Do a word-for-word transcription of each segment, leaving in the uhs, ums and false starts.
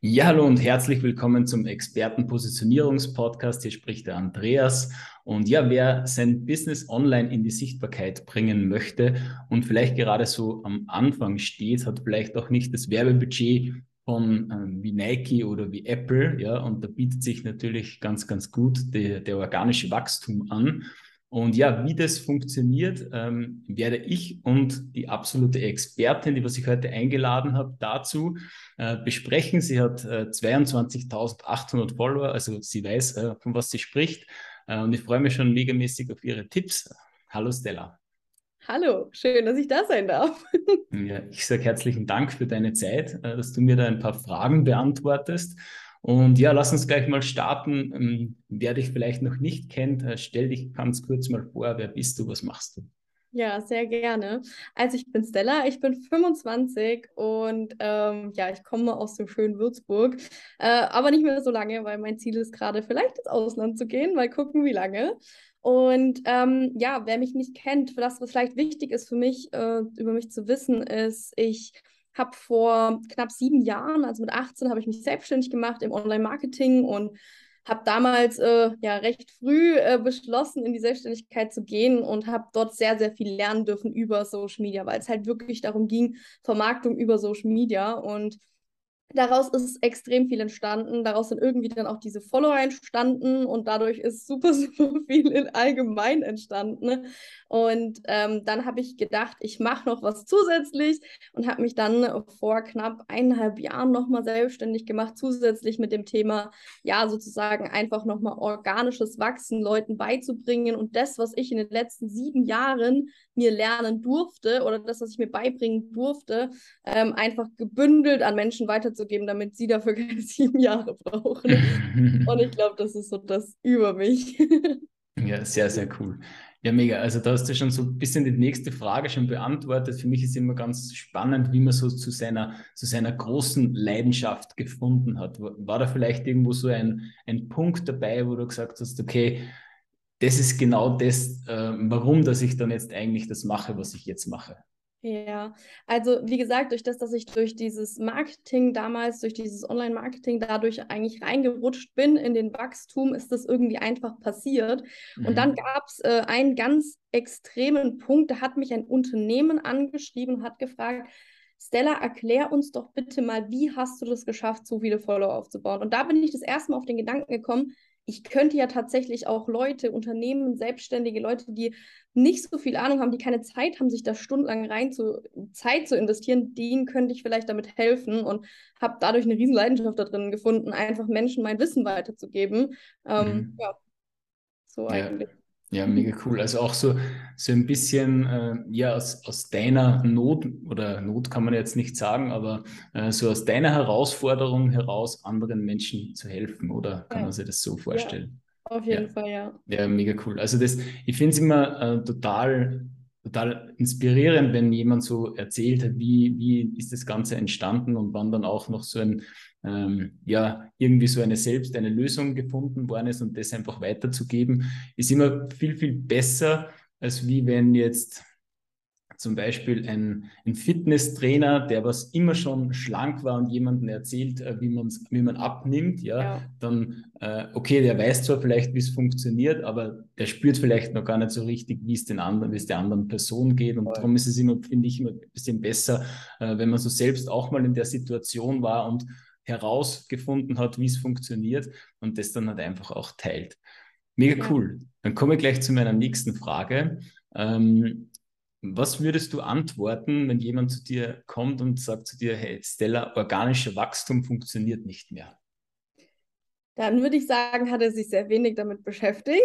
Ja, hallo und herzlich willkommen zum Expertenpositionierungspodcast. Hier spricht der Andreas. Und ja, wer sein Business online in die Sichtbarkeit bringen möchte und vielleicht gerade so am Anfang steht, hat vielleicht auch nicht das Werbebudget von ähm, wie Nike oder wie Apple, ja, und da bietet sich natürlich ganz, ganz gut der, der organische Wachstum an. Und ja, wie das funktioniert, ähm, werde ich und die absolute Expertin, die was ich heute eingeladen habe, dazu äh, besprechen. Sie hat äh, zweiundzwanzigtausendachthundert Follower, also sie weiß, äh, von was sie spricht. Äh, und ich freue mich schon megamäßig auf ihre Tipps. Hallo Stella. Hallo, schön, dass ich da sein darf. Ja, ich sage herzlichen Dank für deine Zeit, äh, dass du mir da ein paar Fragen beantwortest. Und ja, lass uns gleich mal starten. Ähm, wer dich vielleicht noch nicht kennt, äh, stell dich ganz kurz mal vor. Wer bist du? Was machst du? Ja, sehr gerne. Also ich bin Stella, ich bin fünfundzwanzig und ähm, ja, ich komme aus dem schönen Würzburg, äh, aber nicht mehr so lange, weil mein Ziel ist gerade vielleicht ins Ausland zu gehen, mal gucken, wie lange. Und ähm, ja, wer mich nicht kennt, das, was vielleicht wichtig ist für mich, äh, über mich zu wissen, ist, ich habe vor knapp sieben Jahren, also mit achtzehn, habe ich mich selbstständig gemacht im Online-Marketing und habe damals äh, ja recht früh äh, beschlossen, in die Selbstständigkeit zu gehen und habe dort sehr, sehr viel lernen dürfen über Social Media, weil es halt wirklich darum ging, Vermarktung über Social Media. Und daraus ist extrem viel entstanden. Daraus sind irgendwie dann auch diese Follower entstanden und dadurch ist super, super viel in allgemein entstanden. Ne? Und ähm, dann habe ich gedacht, ich mache noch was zusätzlich und habe mich dann vor knapp eineinhalb Jahren nochmal selbstständig gemacht, zusätzlich mit dem Thema, ja, sozusagen einfach nochmal organisches Wachsen Leuten beizubringen. Und das, was ich in den letzten sieben Jahren mir lernen durfte oder das, was ich mir beibringen durfte, ähm, einfach gebündelt an Menschen weiterzugeben, damit sie dafür keine sieben Jahre brauchen. Und ich glaube, das ist so das über mich. Ja, sehr, sehr cool. Ja, mega. Also da hast du schon so ein bisschen die nächste Frage schon beantwortet. Für mich ist immer ganz spannend, wie man so zu seiner, zu seiner großen Leidenschaft gefunden hat. War da vielleicht irgendwo so ein, ein Punkt dabei, wo du gesagt hast, okay, das ist genau das, äh, warum, dass ich dann jetzt eigentlich das mache, was ich jetzt mache. Ja, also wie gesagt, durch das, dass ich durch dieses Marketing damals, durch dieses Online-Marketing dadurch eigentlich reingerutscht bin in den Wachstum, ist das irgendwie einfach passiert. Und dann Mhm. gab es äh, einen ganz extremen Punkt, da hat mich ein Unternehmen angeschrieben und hat gefragt, Stella, erklär uns doch bitte mal, wie hast du das geschafft, so viele Follower aufzubauen? Und da bin ich das erste Mal auf den Gedanken gekommen, ich könnte ja tatsächlich auch Leute, Unternehmen, Selbstständige, Leute, die nicht so viel Ahnung haben, die keine Zeit haben, sich da stundenlang rein zu, Zeit zu investieren, denen könnte ich vielleicht damit helfen und habe dadurch eine riesen Leidenschaft da drin gefunden, einfach Menschen mein Wissen weiterzugeben. Ähm, Mhm. ja, so Ja, eigentlich. ja, mega cool. Also auch so, so ein bisschen äh, ja, aus, aus deiner Not, oder Not kann man jetzt nicht sagen, aber äh, so aus deiner Herausforderung heraus anderen Menschen zu helfen, oder kann man Ja, sich das so ja, vorstellen? auf Ja, jeden Fall, ja. ja, mega cool. Also das, ich finde es immer äh, total, total inspirierend, wenn jemand so erzählt hat, wie, wie ist das Ganze entstanden und wann dann auch noch so ein, ähm, ja, irgendwie so eine selbst eine Lösung gefunden worden ist und das einfach weiterzugeben, ist immer viel, viel besser, als wie wenn jetzt zum Beispiel ein, ein Fitnesstrainer, der was immer schon schlank war und jemandem erzählt, äh, wie, man's, wie man abnimmt, ja, Ja, dann, äh, okay, der weiß zwar vielleicht, wie es funktioniert, aber der spürt vielleicht noch gar nicht so richtig, wie es den anderen, wie es der anderen Person geht. Und voll. darum ist es immer, finde ich, immer ein bisschen besser, äh, wenn man so selbst auch mal in der Situation war und herausgefunden hat, wie es funktioniert und das dann halt einfach auch teilt. Mega Ja. cool. Dann komme ich gleich zu meiner nächsten Frage. Ähm, Was würdest du antworten, wenn jemand zu dir kommt und sagt zu dir, hey Stella, organischer Wachstum funktioniert nicht mehr? Dann würde ich sagen, hat er sich sehr wenig damit beschäftigt,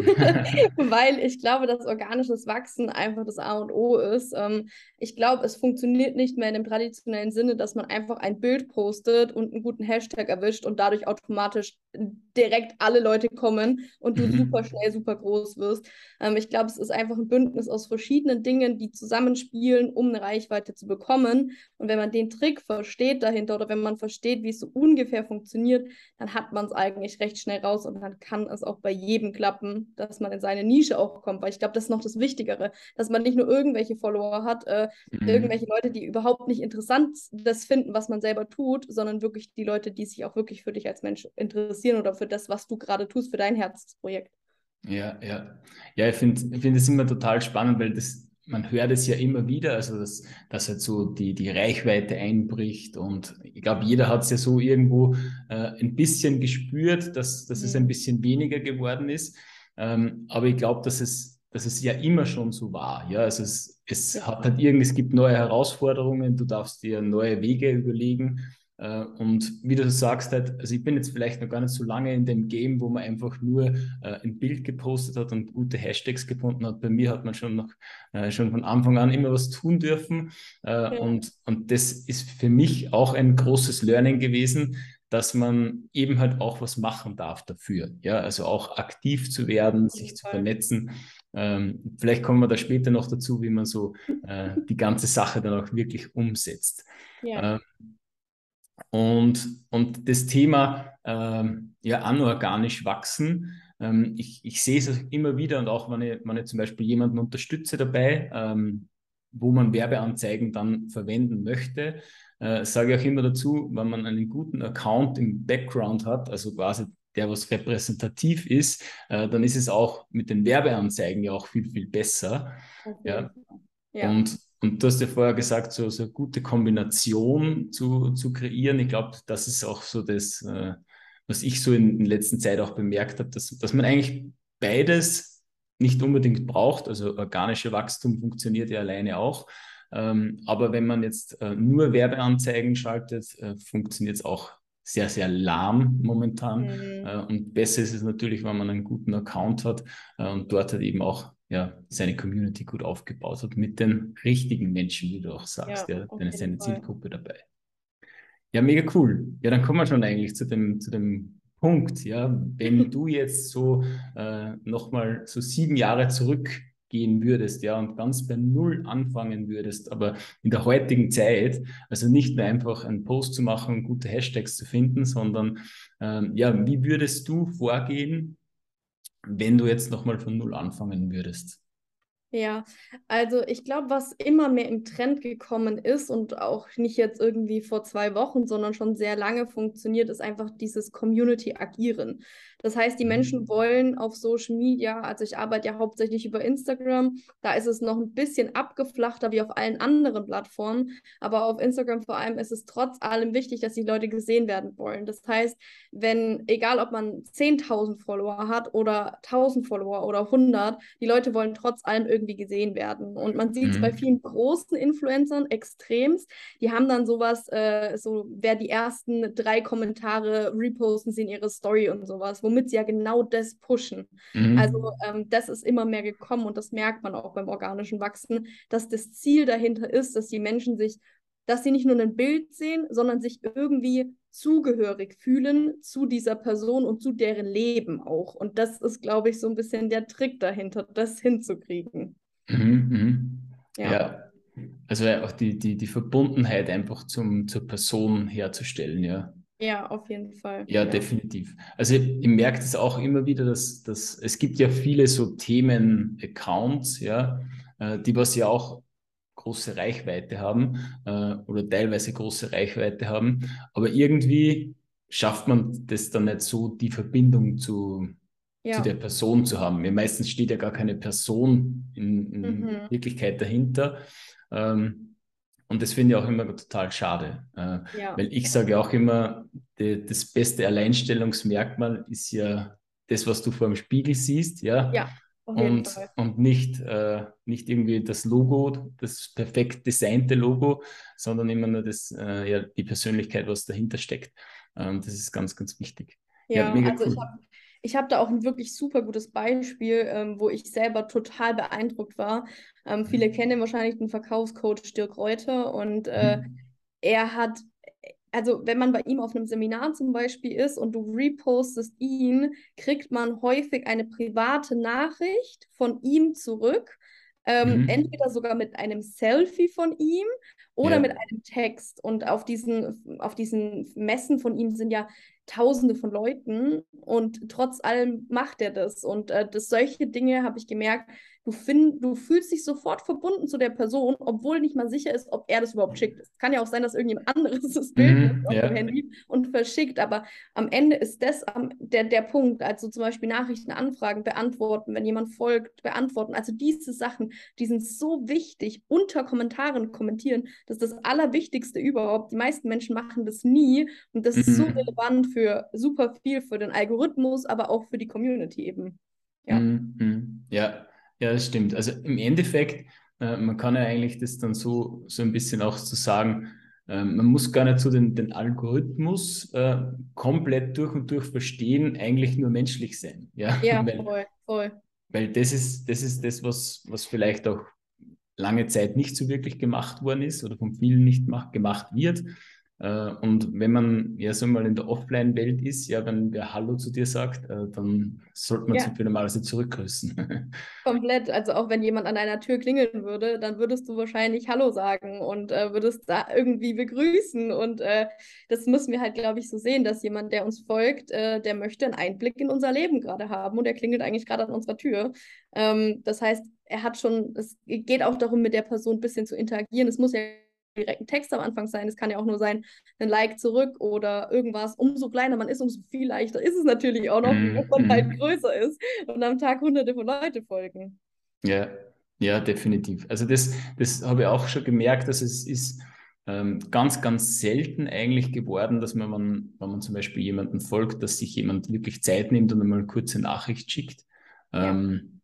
weil ich glaube, dass organisches Wachsen einfach das A und O ist. Ähm, ich glaube, es funktioniert nicht mehr in dem traditionellen Sinne, dass man einfach ein Bild postet und einen guten Hashtag erwischt und dadurch automatisch direkt alle Leute kommen und du super Mhm. schnell, super groß wirst. Ähm, ich glaube, es ist einfach ein Bündnis aus verschiedenen Dingen, die zusammenspielen, um eine Reichweite zu bekommen. Und wenn man den Trick versteht dahinter oder wenn man versteht, wie es so ungefähr funktioniert, dann hat man es eigentlich recht schnell raus und dann kann es auch bei jedem klappen, dass man in seine Nische auch kommt, weil ich glaube, das ist noch das Wichtigere, dass man nicht nur irgendwelche Follower hat, äh, irgendwelche Mhm. Leute, die überhaupt nicht interessant das finden, was man selber tut, sondern wirklich die Leute, die sich auch wirklich für dich als Mensch interessieren oder für das, was du gerade tust, für dein Herzensprojekt. Ja, ja. Ja, ich finde ich find es immer total spannend, weil das, man hört es ja immer wieder, also dass, dass halt so die, die Reichweite einbricht und ich glaube, jeder hat es ja so irgendwo äh, ein bisschen gespürt, dass, dass es ein Mhm. bisschen weniger geworden ist. Ähm, aber ich glaube, dass es, dass es ja immer schon so war. Ja, also es, es Ja. hat halt irgend, es gibt neue Herausforderungen, du darfst dir neue Wege überlegen. Äh, Und wie du sagst, halt, also ich bin jetzt vielleicht noch gar nicht so lange in dem Game, wo man einfach nur äh, ein Bild gepostet hat und gute Hashtags gefunden hat. Bei mir hat man schon noch äh, schon von Anfang an immer was tun dürfen. Äh, Ja. und, und das ist für mich auch ein großes Learning gewesen, dass man eben halt auch was machen darf dafür. Ja, also auch aktiv zu werden, Auf sich jeden zu Fall. vernetzen. Ähm, vielleicht kommen wir da später noch dazu, wie man so äh, die ganze Sache dann auch wirklich umsetzt. Ja. Ähm, und, und das Thema ähm, ja, anorganisch wachsen, ähm, ich, ich sehe es immer wieder und auch wenn ich, wenn ich zum Beispiel jemanden unterstütze dabei, ähm, wo man Werbeanzeigen dann verwenden möchte, äh, sage ich auch immer dazu, wenn man einen guten Account im Background hat, also quasi der, was repräsentativ ist, äh, dann ist es auch mit den Werbeanzeigen ja auch viel, viel besser. Auf jeden Ja, Fall. Ja. und, und du hast ja vorher gesagt, so, so eine gute Kombination zu, zu kreieren. Ich glaube, das ist auch so das, äh, was ich so in, in letzter Zeit auch bemerkt habe, dass, dass man eigentlich beides nicht unbedingt braucht. Also organische Wachstum funktioniert ja alleine auch. Ähm, aber wenn man jetzt äh, nur Werbeanzeigen schaltet, äh, funktioniert es auch sehr, sehr lahm momentan. Mhm. Äh, und besser ist es natürlich, wenn man einen guten Account hat äh, und dort halt eben auch ja, seine Community gut aufgebaut hat mit den richtigen Menschen, wie du auch sagst, Ja, ja, auf dann ist jeden seine Fall. Zielgruppe dabei. Ja, mega cool. Ja, dann kommen wir schon eigentlich zu dem, zu dem Punkt, ja, wenn du jetzt so äh, nochmal so sieben Jahre zurückgehen würdest, ja, und ganz bei Null anfangen würdest, aber in der heutigen Zeit, also nicht nur einfach einen Post zu machen und gute Hashtags zu finden, sondern ähm, ja, wie würdest du vorgehen, wenn du jetzt nochmal von Null anfangen würdest? Ja, also ich glaube, was immer mehr im Trend gekommen ist und auch nicht jetzt irgendwie vor zwei Wochen, sondern schon sehr lange funktioniert, ist einfach dieses Community-Agieren. Das heißt, die Menschen Mhm. wollen auf Social Media, also ich arbeite ja hauptsächlich über Instagram, da ist es noch ein bisschen abgeflachter wie auf allen anderen Plattformen, aber auf Instagram vor allem ist es trotz allem wichtig, dass die Leute gesehen werden wollen. Das heißt, wenn, egal ob man zehntausend Follower hat oder tausend Follower oder hundert, die Leute wollen trotz allem irgendwie gesehen werden. Und man sieht es bei Mhm. vielen großen Influencern extremst. Die haben dann sowas, äh, so wer die ersten drei Kommentare reposten sie in ihre Story und sowas, womit sie ja genau das pushen. Also Mhm. ähm, das ist immer mehr gekommen und das merkt man auch beim organischen Wachsen, dass das Ziel dahinter ist, dass die Menschen sich, dass sie nicht nur ein Bild sehen, sondern sich irgendwie zugehörig fühlen zu dieser Person und zu deren Leben auch. Und das ist, glaube ich, so ein bisschen der Trick dahinter, das hinzukriegen. Mhm. Mhm. Ja, Ja, also auch die, die, die Verbundenheit einfach zum, zur Person herzustellen, ja. ja, auf jeden Fall. Ja, Ja, definitiv. Also ich, ich merke das auch immer wieder, dass, dass es gibt ja viele so Themen-Accounts, ja, äh, die was ja auch große Reichweite haben äh, oder teilweise große Reichweite haben, aber irgendwie schafft man das dann nicht so, die Verbindung zu, zu der ja. Person zu haben. Ja, meistens steht ja gar keine Person in, in Mhm. Wirklichkeit dahinter. Ähm, und das finde ich auch immer total schade, äh, Ja, weil ich auf sage jeden auch immer, die, das beste Alleinstellungsmerkmal ist ja das, was du vor dem Spiegel siehst, ja, Ja, auf jeden und, Fall. und nicht, äh, nicht irgendwie das Logo, das perfekt designte Logo, sondern immer nur das, äh, ja, die Persönlichkeit, was dahinter steckt. Ähm, das ist ganz, ganz wichtig. Ja, Ja, mega also ich cool. habe ich hab da auch ein wirklich super gutes Beispiel, ähm, wo ich selber total beeindruckt war. Ähm, viele Mhm. kennen wahrscheinlich den Verkaufscoach Dirk Reuter und äh, Mhm. er hat, also wenn man bei ihm auf einem Seminar zum Beispiel ist und du repostest ihn, kriegt man häufig eine private Nachricht von ihm zurück, ähm, Mhm. entweder sogar mit einem Selfie von ihm oder mit Ja. einem Text. Und auf diesen, auf diesen Messen von ihm sind ja Tausende von Leuten und trotz allem macht er das. Und äh, das, solche Dinge habe ich gemerkt, du, find, du fühlst dich sofort verbunden zu der Person, obwohl nicht mal sicher ist, ob er das überhaupt schickt. Es kann ja auch sein, dass irgendjemand anderes das Bild nimmt Mhm, auf dem ja. Handy und verschickt, aber am Ende ist das am, der, der Punkt, also zum Beispiel Nachrichten, Anfragen beantworten, wenn jemand folgt, beantworten. Also diese Sachen, die sind so wichtig. Unter Kommentaren kommentieren, das ist das Allerwichtigste überhaupt. Die meisten Menschen machen das nie und das ist so Mhm. relevant für super viel, für den Algorithmus, aber auch für die Community eben. Ja. Mhm. Mhm. Ja, ja, das stimmt. Also im Endeffekt, äh, man kann ja eigentlich das dann so, so ein bisschen auch so sagen, äh, man muss gar nicht so den, den Algorithmus äh, komplett durch und durch verstehen, eigentlich nur menschlich sein. Ja, Ja, weil, voll, voll. weil das ist, das ist das, was, was vielleicht auch lange Zeit nicht so wirklich gemacht worden ist oder von vielen nicht mach, gemacht wird. Äh, und wenn man ja so mal in der Offline-Welt ist, ja, wenn wer Hallo zu dir sagt, äh, dann sollte man Ja, zu normalerweise zurückgrüßen. komplett. Also auch wenn jemand an deiner Tür klingeln würde, dann würdest du wahrscheinlich Hallo sagen und äh, würdest da irgendwie begrüßen. Und äh, das müssen wir halt, glaube ich, so sehen, dass jemand, der uns folgt, äh, der möchte einen Einblick in unser Leben gerade haben und der klingelt eigentlich gerade an unserer Tür. Ähm, das heißt, er hat schon, es geht auch darum, mit der Person ein bisschen zu interagieren. Es muss ja direkt ein Text am Anfang sein. Es kann ja auch nur sein, ein Like zurück oder irgendwas. Umso kleiner man ist, umso viel leichter ist es natürlich auch noch, wie wenn Mm, man halt mm. größer ist und am Tag hunderte von Leute folgen. Ja, ja, definitiv. Also das, das habe ich auch schon gemerkt, dass es ist ähm, ganz, ganz selten eigentlich geworden, dass man, wenn, wenn man zum Beispiel jemanden folgt, dass sich jemand wirklich Zeit nimmt und einmal eine kurze Nachricht schickt. Ja, Ähm,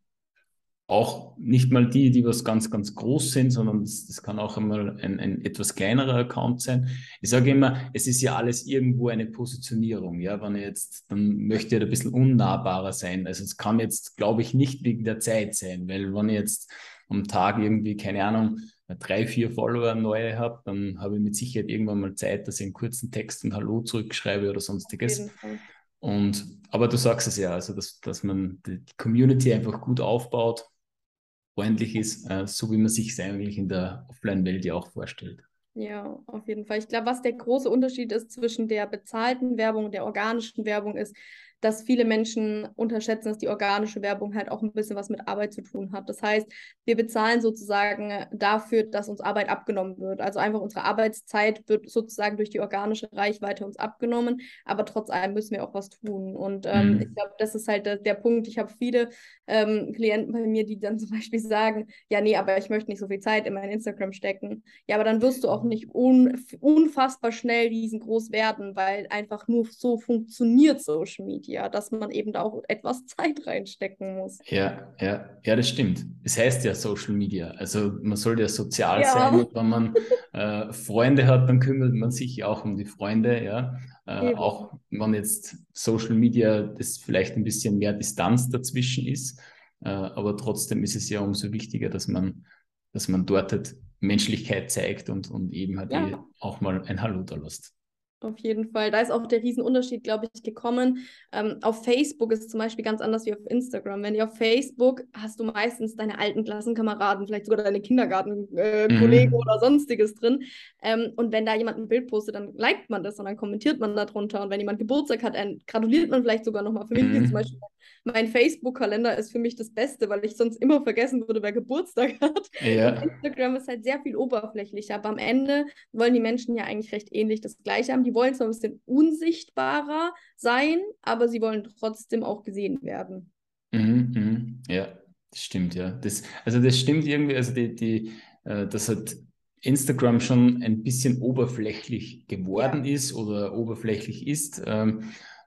Auch nicht mal die, die was ganz, ganz groß sind, sondern das, das kann auch einmal ein, ein etwas kleinerer Account sein. Ich sage immer, es ist ja alles irgendwo eine Positionierung. Ja, wenn ich jetzt, dann möchte ich ein bisschen unnahbarer sein. Also es kann jetzt, glaube ich, nicht wegen der Zeit sein, weil wenn ich jetzt am Tag irgendwie, keine Ahnung, drei, vier Follower neue habe, dann habe ich mit Sicherheit irgendwann mal Zeit, dass ich einen kurzen Text und Hallo zurückschreibe oder auf sonstiges. jeden Fall. Und, aber du sagst es ja, also dass, dass man die Community einfach gut aufbaut, freundlich ist, äh, so wie man sich es eigentlich in der Offline-Welt ja auch vorstellt. Ja, auf jeden Fall. Ich glaube, was der große Unterschied ist zwischen der bezahlten Werbung und der organischen Werbung ist, dass viele Menschen unterschätzen, dass die organische Werbung halt auch ein bisschen was mit Arbeit zu tun hat. Das heißt, wir bezahlen sozusagen dafür, dass uns Arbeit abgenommen wird. Also einfach unsere Arbeitszeit wird sozusagen durch die organische Reichweite uns abgenommen, aber trotz allem müssen wir auch was tun. Und ähm, ich Mhm. glaube, das ist halt der, der Punkt. Ich habe viele ähm, Klienten bei mir, die dann zum Beispiel sagen, ja, nee, aber ich möchte nicht so viel Zeit in mein Instagram stecken. Ja, aber dann wirst du auch nicht un unfassbar schnell riesengroß werden, weil einfach nur so funktioniert Social Media, dass man eben da auch etwas Zeit reinstecken muss. Ja, ja, ja, das stimmt. Es heißt ja Social Media. Also man soll ja sozial sein Ja, und wenn man äh, Freunde hat, dann kümmert man sich auch um die Freunde, ja. Äh, eben. auch wenn jetzt Social Media das vielleicht ein bisschen mehr Distanz dazwischen ist, äh, aber trotzdem ist es ja umso wichtiger, dass man, dass man dort halt Menschlichkeit zeigt und, und eben halt Ja, eh auch mal ein Hallo da lässt. auf jeden Fall. Da ist auch der Riesenunterschied, glaube ich, gekommen. Ähm, auf Facebook ist es zum Beispiel ganz anders wie auf Instagram. Wenn ihr auf Facebook hast du meistens deine alten Klassenkameraden, vielleicht sogar deine Kindergartenkollegen äh, oder Mhm. sonstiges drin. Ähm, und wenn da jemand ein Bild postet, dann liked man das und dann kommentiert man darunter. Und wenn jemand Geburtstag hat, dann gratuliert man vielleicht sogar nochmal. Für mich ist zum Beispiel Mhm. mein Facebook-Kalender ist für mich das Beste, weil ich sonst immer vergessen würde, wer Geburtstag hat. Und Ja. Instagram ist halt sehr viel oberflächlicher. Aber am Ende wollen die Menschen ja eigentlich recht ähnlich das Gleiche haben. Die wollen zwar ein bisschen unsichtbarer sein, aber sie wollen trotzdem auch gesehen werden. Mhm, mhm. Ja, das stimmt, ja. Das, also das stimmt irgendwie, also die, die, äh, dass halt Instagram schon ein bisschen oberflächlich geworden Ja. ist oder oberflächlich ist. Ähm,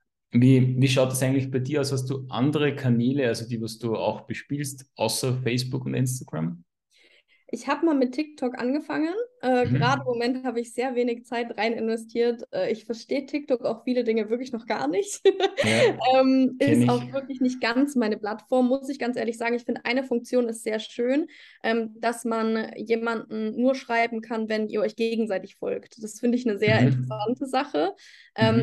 wie, wie schaut das eigentlich bei dir aus? Hast du andere Kanäle, also die, was du auch bespielst, außer Facebook und Instagram? Ich habe mal mit TikTok angefangen. Äh, gerade im Mhm. Moment habe ich sehr wenig Zeit rein investiert. Äh, ich verstehe TikTok auch viele Dinge wirklich noch gar nicht. Ja, ähm, kenne ist ich. auch wirklich nicht ganz meine Plattform, muss ich ganz ehrlich sagen. Ich finde, eine Funktion ist sehr schön, ähm, dass man jemanden nur schreiben kann, wenn ihr euch gegenseitig folgt. Das finde ich eine sehr Mhm. interessante Sache. Ähm, Mhm.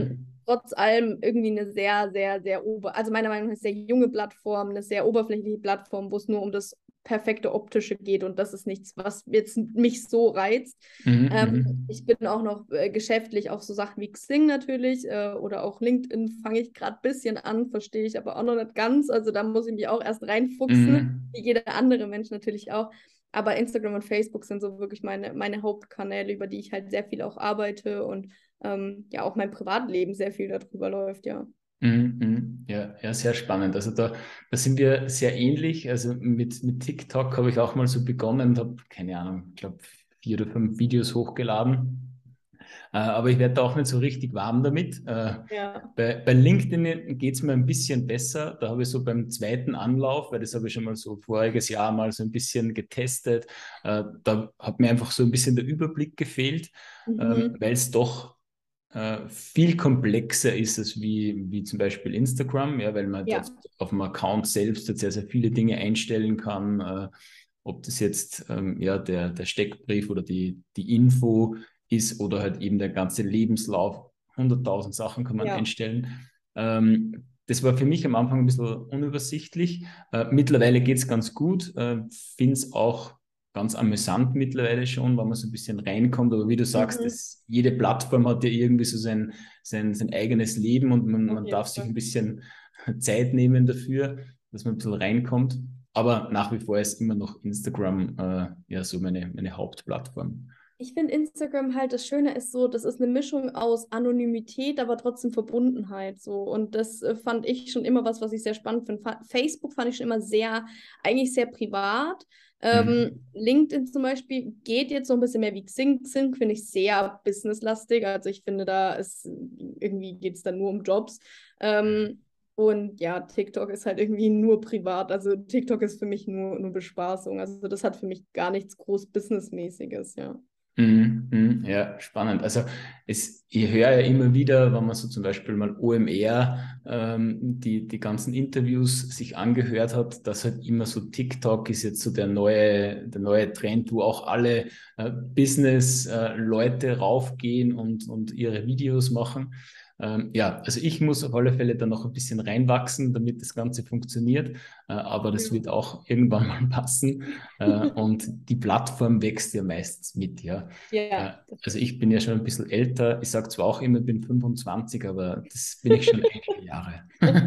trotz allem irgendwie eine sehr, sehr, sehr ober, also meiner Meinung nach sehr junge Plattform, eine sehr oberflächliche Plattform, wo es nur um das perfekte Optische geht und das ist nichts, was jetzt mich so reizt. Mhm, Ähm, mhm. ich bin auch noch äh, geschäftlich auf so Sachen wie Xing natürlich äh, oder auch LinkedIn fange ich gerade ein bisschen an, verstehe ich aber auch noch nicht ganz. Also da muss ich mich auch erst reinfuchsen, Mhm. wie jeder andere Mensch natürlich auch. Aber Instagram und Facebook sind so wirklich meine, meine Hauptkanäle, über die ich halt sehr viel auch arbeite und ähm, ja auch mein Privatleben sehr viel darüber läuft, ja. Mhm, mhm. Ja, ja, sehr spannend. Also da, da sind wir sehr ähnlich. Also mit, mit TikTok habe ich auch mal so begonnen und habe, keine Ahnung, ich glaube, vier oder fünf Videos hochgeladen. Äh, aber ich werde da auch nicht so richtig warm damit. Äh, Ja. bei, bei LinkedIn geht es mir ein bisschen besser. Da habe ich so beim zweiten Anlauf, weil das habe ich schon mal so voriges Jahr mal so ein bisschen getestet. Äh, da hat mir einfach so ein bisschen der Überblick gefehlt, ähm, Mhm. weil es doch äh, viel komplexer ist es wie, wie zum Beispiel Instagram, ja, weil man dort Ja. auf dem Account selbst sehr, sehr viele Dinge einstellen kann. Äh, ob das jetzt ähm, ja, der, der Steckbrief oder die, die Info ist oder halt eben der ganze Lebenslauf. Hunderttausend Sachen kann man Ja. einstellen. Ähm, das war für mich am Anfang ein bisschen unübersichtlich. Äh, mittlerweile geht es ganz gut. Äh, Finde es auch ganz amüsant mittlerweile schon, wenn man so ein bisschen reinkommt. Aber wie du sagst, Mhm. das, jede Plattform hat ja irgendwie so sein, sein, sein eigenes Leben und man, Auf man jeden darf sich Fall. ein bisschen Zeit nehmen dafür, dass man ein bisschen reinkommt. Aber nach wie vor ist immer noch Instagram äh, ja so meine, meine Hauptplattform. Ich finde Instagram halt, das Schöne ist so, das ist eine Mischung aus Anonymität, aber trotzdem Verbundenheit so. Und das äh, fand ich schon immer was, was ich sehr spannend finde. Fa Facebook fand ich schon immer sehr, eigentlich sehr privat. Ähm, Mhm. LinkedIn zum Beispiel geht jetzt so ein bisschen mehr wie Xing. Xing finde ich sehr businesslastig. Also ich finde, da ist irgendwie geht es dann nur um Jobs. Ähm, und ja, TikTok ist halt irgendwie nur privat. Also TikTok ist für mich nur, nur Bespaßung. Also das hat für mich gar nichts groß Businessmäßiges, ja. Mhm, mhm, ja, spannend. Also es, ich höre ja immer wieder, wenn man so zum Beispiel mal O M R, ähm, die, die ganzen Interviews sich angehört hat, dass halt immer so TikTok ist jetzt so der neue, der neue Trend, wo auch alle äh, Business-Leute raufgehen und, und ihre Videos machen. Ähm, ja, also ich muss auf alle Fälle dann noch ein bisschen reinwachsen, damit das Ganze funktioniert. Äh, aber das wird auch irgendwann mal passen. Äh, und die Plattform wächst ja meistens mit, ja. Äh, Ja, das also stimmt. ich bin ja schon ein bisschen älter. Ich sage zwar auch immer, ich bin fünfundzwanzig, aber das bin ich schon einige Jahre.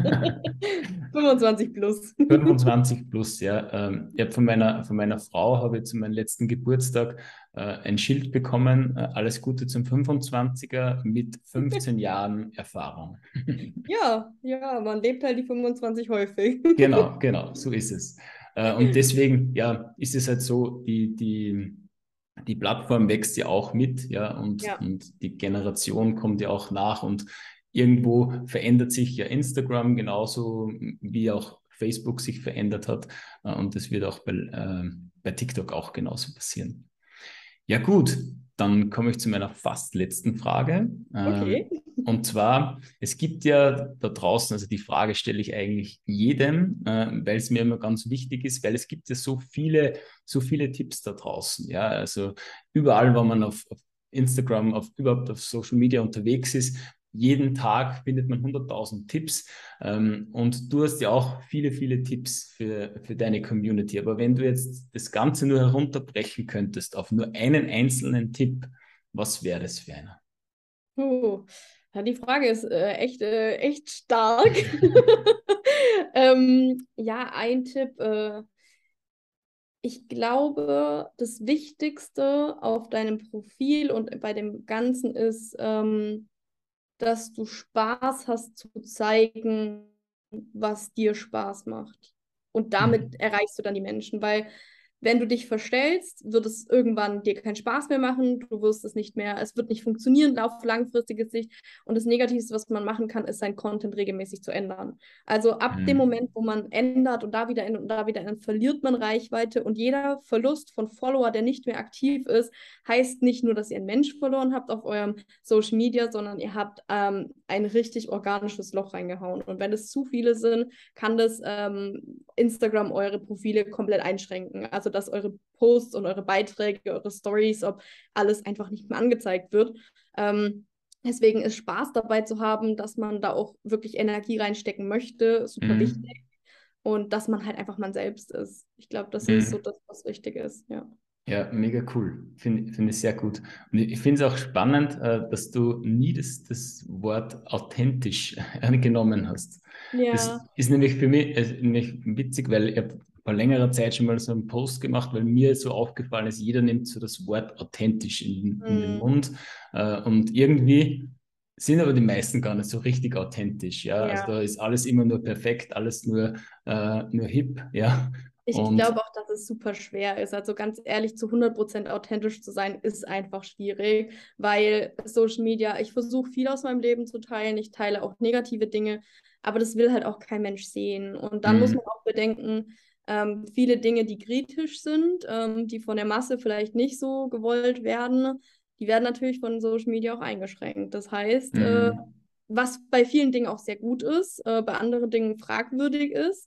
fünfundzwanzig plus. fünfundzwanzig plus, ja. Ähm, ich habe von meiner, von meiner Frau habe ich zu meinem letzten Geburtstag äh, ein Schild bekommen, äh, alles Gute zum fünfundzwanziger mit fünfzehn Jahren Erfahrung. Ja, ja, man lebt halt die fünfundzwanzig häufig. Genau, genau, so ist es. Äh, und deswegen, ja, ist es halt so, die, die, die Plattform wächst ja auch mit, ja, und, Ja, und die Generation kommt ja auch nach und irgendwo verändert sich ja Instagram genauso, wie auch Facebook sich verändert hat. Äh, und das wird auch bei, äh, bei TikTok auch genauso passieren. Ja, gut, dann komme ich zu meiner fast letzten Frage. okay. Ähm, und zwar, es gibt ja da draußen, also die Frage stelle ich eigentlich jedem, äh, weil es mir immer ganz wichtig ist, weil es gibt ja so viele, so viele Tipps da draußen. Ja, also überall, wo man auf, auf Instagram, auf überhaupt auf Social Media unterwegs ist, jeden Tag findet man hunderttausend Tipps. Ähm, und du hast ja auch viele, viele Tipps für, für deine Community. Aber wenn du jetzt das Ganze nur herunterbrechen könntest auf nur einen einzelnen Tipp, was wäre das für einer? Oh, ja, die Frage ist äh, echt, äh, echt stark. ähm, ja, ein Tipp. Äh, ich glaube, das Wichtigste auf deinem Profil und bei dem Ganzen ist, ähm, dass du Spaß hast zu zeigen, was dir Spaß macht. Und damit Mhm. erreichst du dann die Menschen, weil wenn du dich verstellst, wird es irgendwann dir keinen Spaß mehr machen, du wirst es nicht mehr, es wird nicht funktionieren auf langfristige Sicht. Und das Negativste, was man machen kann, ist, sein Content regelmäßig zu ändern. Also ab dem Mhm. Moment, wo man ändert und da wieder ändert und da wieder ändert, verliert man Reichweite und jeder Verlust von Follower, der nicht mehr aktiv ist, heißt nicht nur, dass ihr einen Mensch verloren habt auf eurem Social Media, sondern ihr habt ähm, ein richtig organisches Loch reingehauen. Und wenn es zu viele sind, kann das ähm, Instagram eure Profile komplett einschränken. Also dass eure Posts und eure Beiträge, eure Stories, ob alles einfach nicht mehr angezeigt wird. Ähm, Deswegen ist Spaß dabei zu haben, dass man da auch wirklich Energie reinstecken möchte, super Mhm. wichtig. Und dass man halt einfach man selbst ist. Ich glaube, das ist so Mhm. das, was wichtig ist, ja. Ja, mega cool. Finde find ich sehr gut. Und ich, ich finde es auch spannend, äh, dass du nie das, das Wort authentisch genommen hast. Das Ja. ist nämlich für mich äh, nämlich witzig, weil ich habe vor längerer Zeit schon mal so einen Post gemacht, weil mir so aufgefallen ist, jeder nimmt so das Wort authentisch in, in den Mm, Mund. Äh, und irgendwie sind aber die meisten gar nicht so richtig authentisch. Ja, also ja. da ist alles immer nur perfekt, alles nur, äh, nur hip. Ja, Ich und glaube auch, dass es super schwer ist. Also ganz ehrlich, zu hundert Prozent authentisch zu sein, ist einfach schwierig, weil Social Media, ich versuche viel aus meinem Leben zu teilen, ich teile auch negative Dinge, aber das will halt auch kein Mensch sehen. Und dann muss mh, man auch bedenken, ähm, viele Dinge, die kritisch sind, ähm, die von der Masse vielleicht nicht so gewollt werden, die werden natürlich von Social Media auch eingeschränkt. Das heißt, äh, mh, was bei vielen Dingen auch sehr gut ist, äh, bei anderen Dingen fragwürdig ist.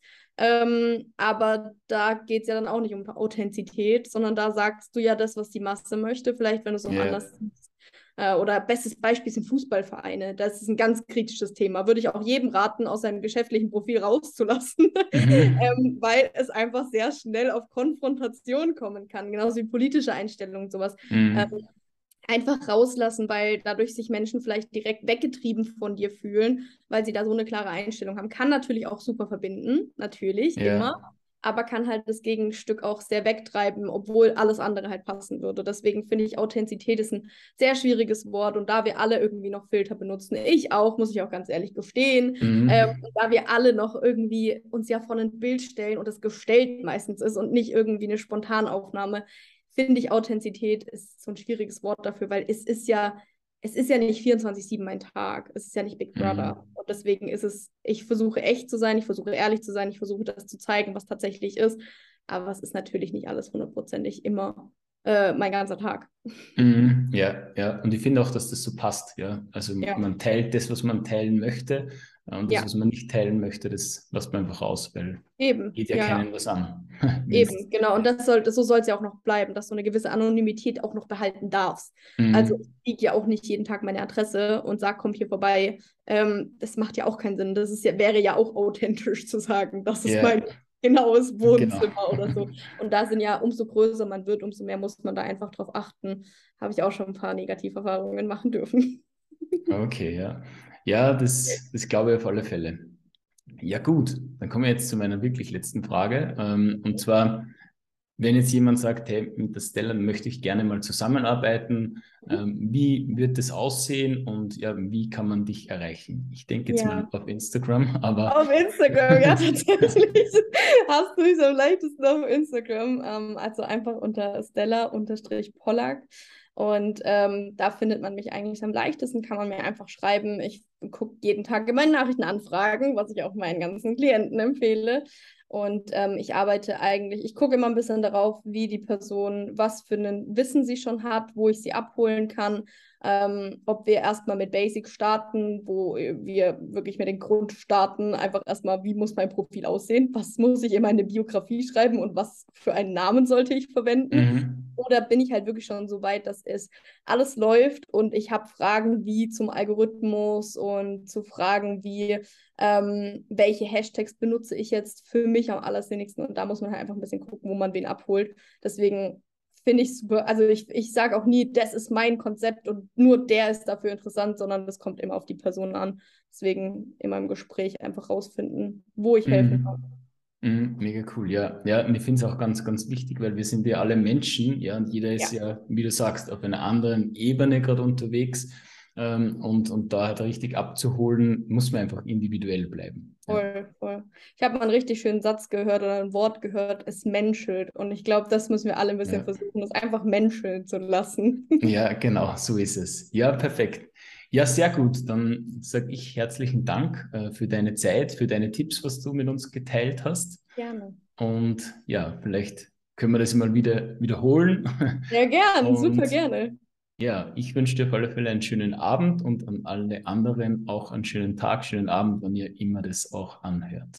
Ähm, aber da geht es ja dann auch nicht um Authentizität, sondern da sagst du ja das, was die Masse möchte, vielleicht wenn du es auch ja. anders siehst. Äh, oder bestes Beispiel sind Fußballvereine. Das ist ein ganz kritisches Thema. Würde ich auch jedem raten, aus seinem geschäftlichen Profil rauszulassen, Mhm. ähm, weil es einfach sehr schnell auf Konfrontation kommen kann, genauso wie politische Einstellungen und sowas. Ähm, Mhm. einfach rauslassen, weil dadurch sich Menschen vielleicht direkt weggetrieben von dir fühlen, weil sie da so eine klare Einstellung haben. Kann natürlich auch super verbinden, natürlich, immer, Ja. aber kann halt das Gegenstück auch sehr wegtreiben, obwohl alles andere halt passen würde. Deswegen finde ich, Authentizität ist ein sehr schwieriges Wort und da wir alle irgendwie noch Filter benutzen, ich auch, muss ich auch ganz ehrlich gestehen, ähm, Mhm. und da wir alle noch irgendwie uns ja vor ein Bild stellen und es gestellt meistens ist und nicht irgendwie eine Spontanaufnahme, finde ich, Authentizität ist so ein schwieriges Wort dafür, weil es ist ja, es ist ja nicht vierundzwanzig sieben mein Tag. Es ist ja nicht Big Brother. Mhm. Und deswegen ist es, ich versuche echt zu sein, ich versuche ehrlich zu sein, ich versuche das zu zeigen, was tatsächlich ist. Aber es ist natürlich nicht alles hundertprozentig immer äh, mein ganzer Tag. Mhm. Ja, ja. Und ich finde auch, dass das so passt. Ja. Also Ja, man teilt das, was man teilen möchte, äh, und das, ja, was man nicht teilen möchte, das lässt man einfach aus, weil eben, geht ja ja. keinen was an. Eben, Wenn's, genau. Und das soll, so soll es ja auch noch bleiben, dass du eine gewisse Anonymität auch noch behalten darfst. Also mhm. ich kriege ja auch nicht jeden Tag meine Adresse und sag, komm hier vorbei. Ähm, das macht ja auch keinen Sinn. Das ist ja, wäre ja auch authentisch zu sagen, das ist mein Ja, genaues genau. Wohnzimmer oder so. Und da sind ja, umso größer man wird, umso mehr muss man da einfach drauf achten. Habe ich auch schon ein paar Negativerfahrungen machen dürfen. Okay, ja. Ja, das, das glaube ich auf alle Fälle. Ja, gut, dann kommen wir jetzt zu meiner wirklich letzten Frage. Ähm, und zwar, wenn jetzt jemand sagt, hey, mit der Stella möchte ich gerne mal zusammenarbeiten, ähm, wie wird das aussehen und ja, wie kann man dich erreichen? Ich denke jetzt mal Ja. auf Instagram, aber Auf Instagram, ja, tatsächlich. Hast du mich am leichtesten auf Instagram. Ähm, also einfach unter Stella-Pollack. Und ähm, da findet man mich eigentlich am leichtesten, kann man mir einfach schreiben. Ich gucke jeden Tag in meine Nachrichtenanfragen, was ich auch meinen ganzen Klienten empfehle. Und ähm, ich arbeite eigentlich, ich gucke immer ein bisschen darauf, wie die Person, was für ein Wissen sie schon hat, wo ich sie abholen kann, ähm, ob wir erstmal mit Basic starten, wo wir wirklich mit den Grund starten, einfach erstmal, wie muss mein Profil aussehen, was muss ich in meine Biografie schreiben und was für einen Namen sollte ich verwenden. mhm. Oder bin ich halt wirklich schon so weit, dass es alles läuft und ich habe Fragen wie zum Algorithmus und zu Fragen wie, ähm, welche Hashtags benutze ich jetzt für mich am allersinnigsten. Und da muss man halt einfach ein bisschen gucken, wo man wen abholt. Deswegen finde ich super. Also ich, ich sage auch nie, das ist mein Konzept und nur der ist dafür interessant, sondern das kommt immer auf die Person an. Deswegen in meinem Gespräch einfach rausfinden, wo ich helfen kann. Mhm. Mhm. Mega cool, ja. Ja, und ich finde es auch ganz, ganz wichtig, weil wir sind ja alle Menschen, ja, und jeder ist Ja, ja, wie du sagst, auf einer anderen Ebene gerade unterwegs. Ähm, und, und da halt richtig abzuholen, muss man einfach individuell bleiben. Ja. voll, voll. Ich habe mal einen richtig schönen Satz gehört oder ein Wort gehört, es menschelt. Und ich glaube, das müssen wir alle ein bisschen Ja. versuchen, das einfach menscheln zu lassen. Ja, genau, so ist es. Ja, perfekt. Ja, sehr gut. Dann sage ich herzlichen Dank äh, für deine Zeit, für deine Tipps, was du mit uns geteilt hast. Gerne. Und ja, vielleicht können wir das mal wieder wiederholen. Ja, gern, super Und gerne. ja, ich wünsche dir auf alle Fälle einen schönen Abend und an alle anderen auch einen schönen Tag, schönen Abend, wann ihr immer das auch anhört.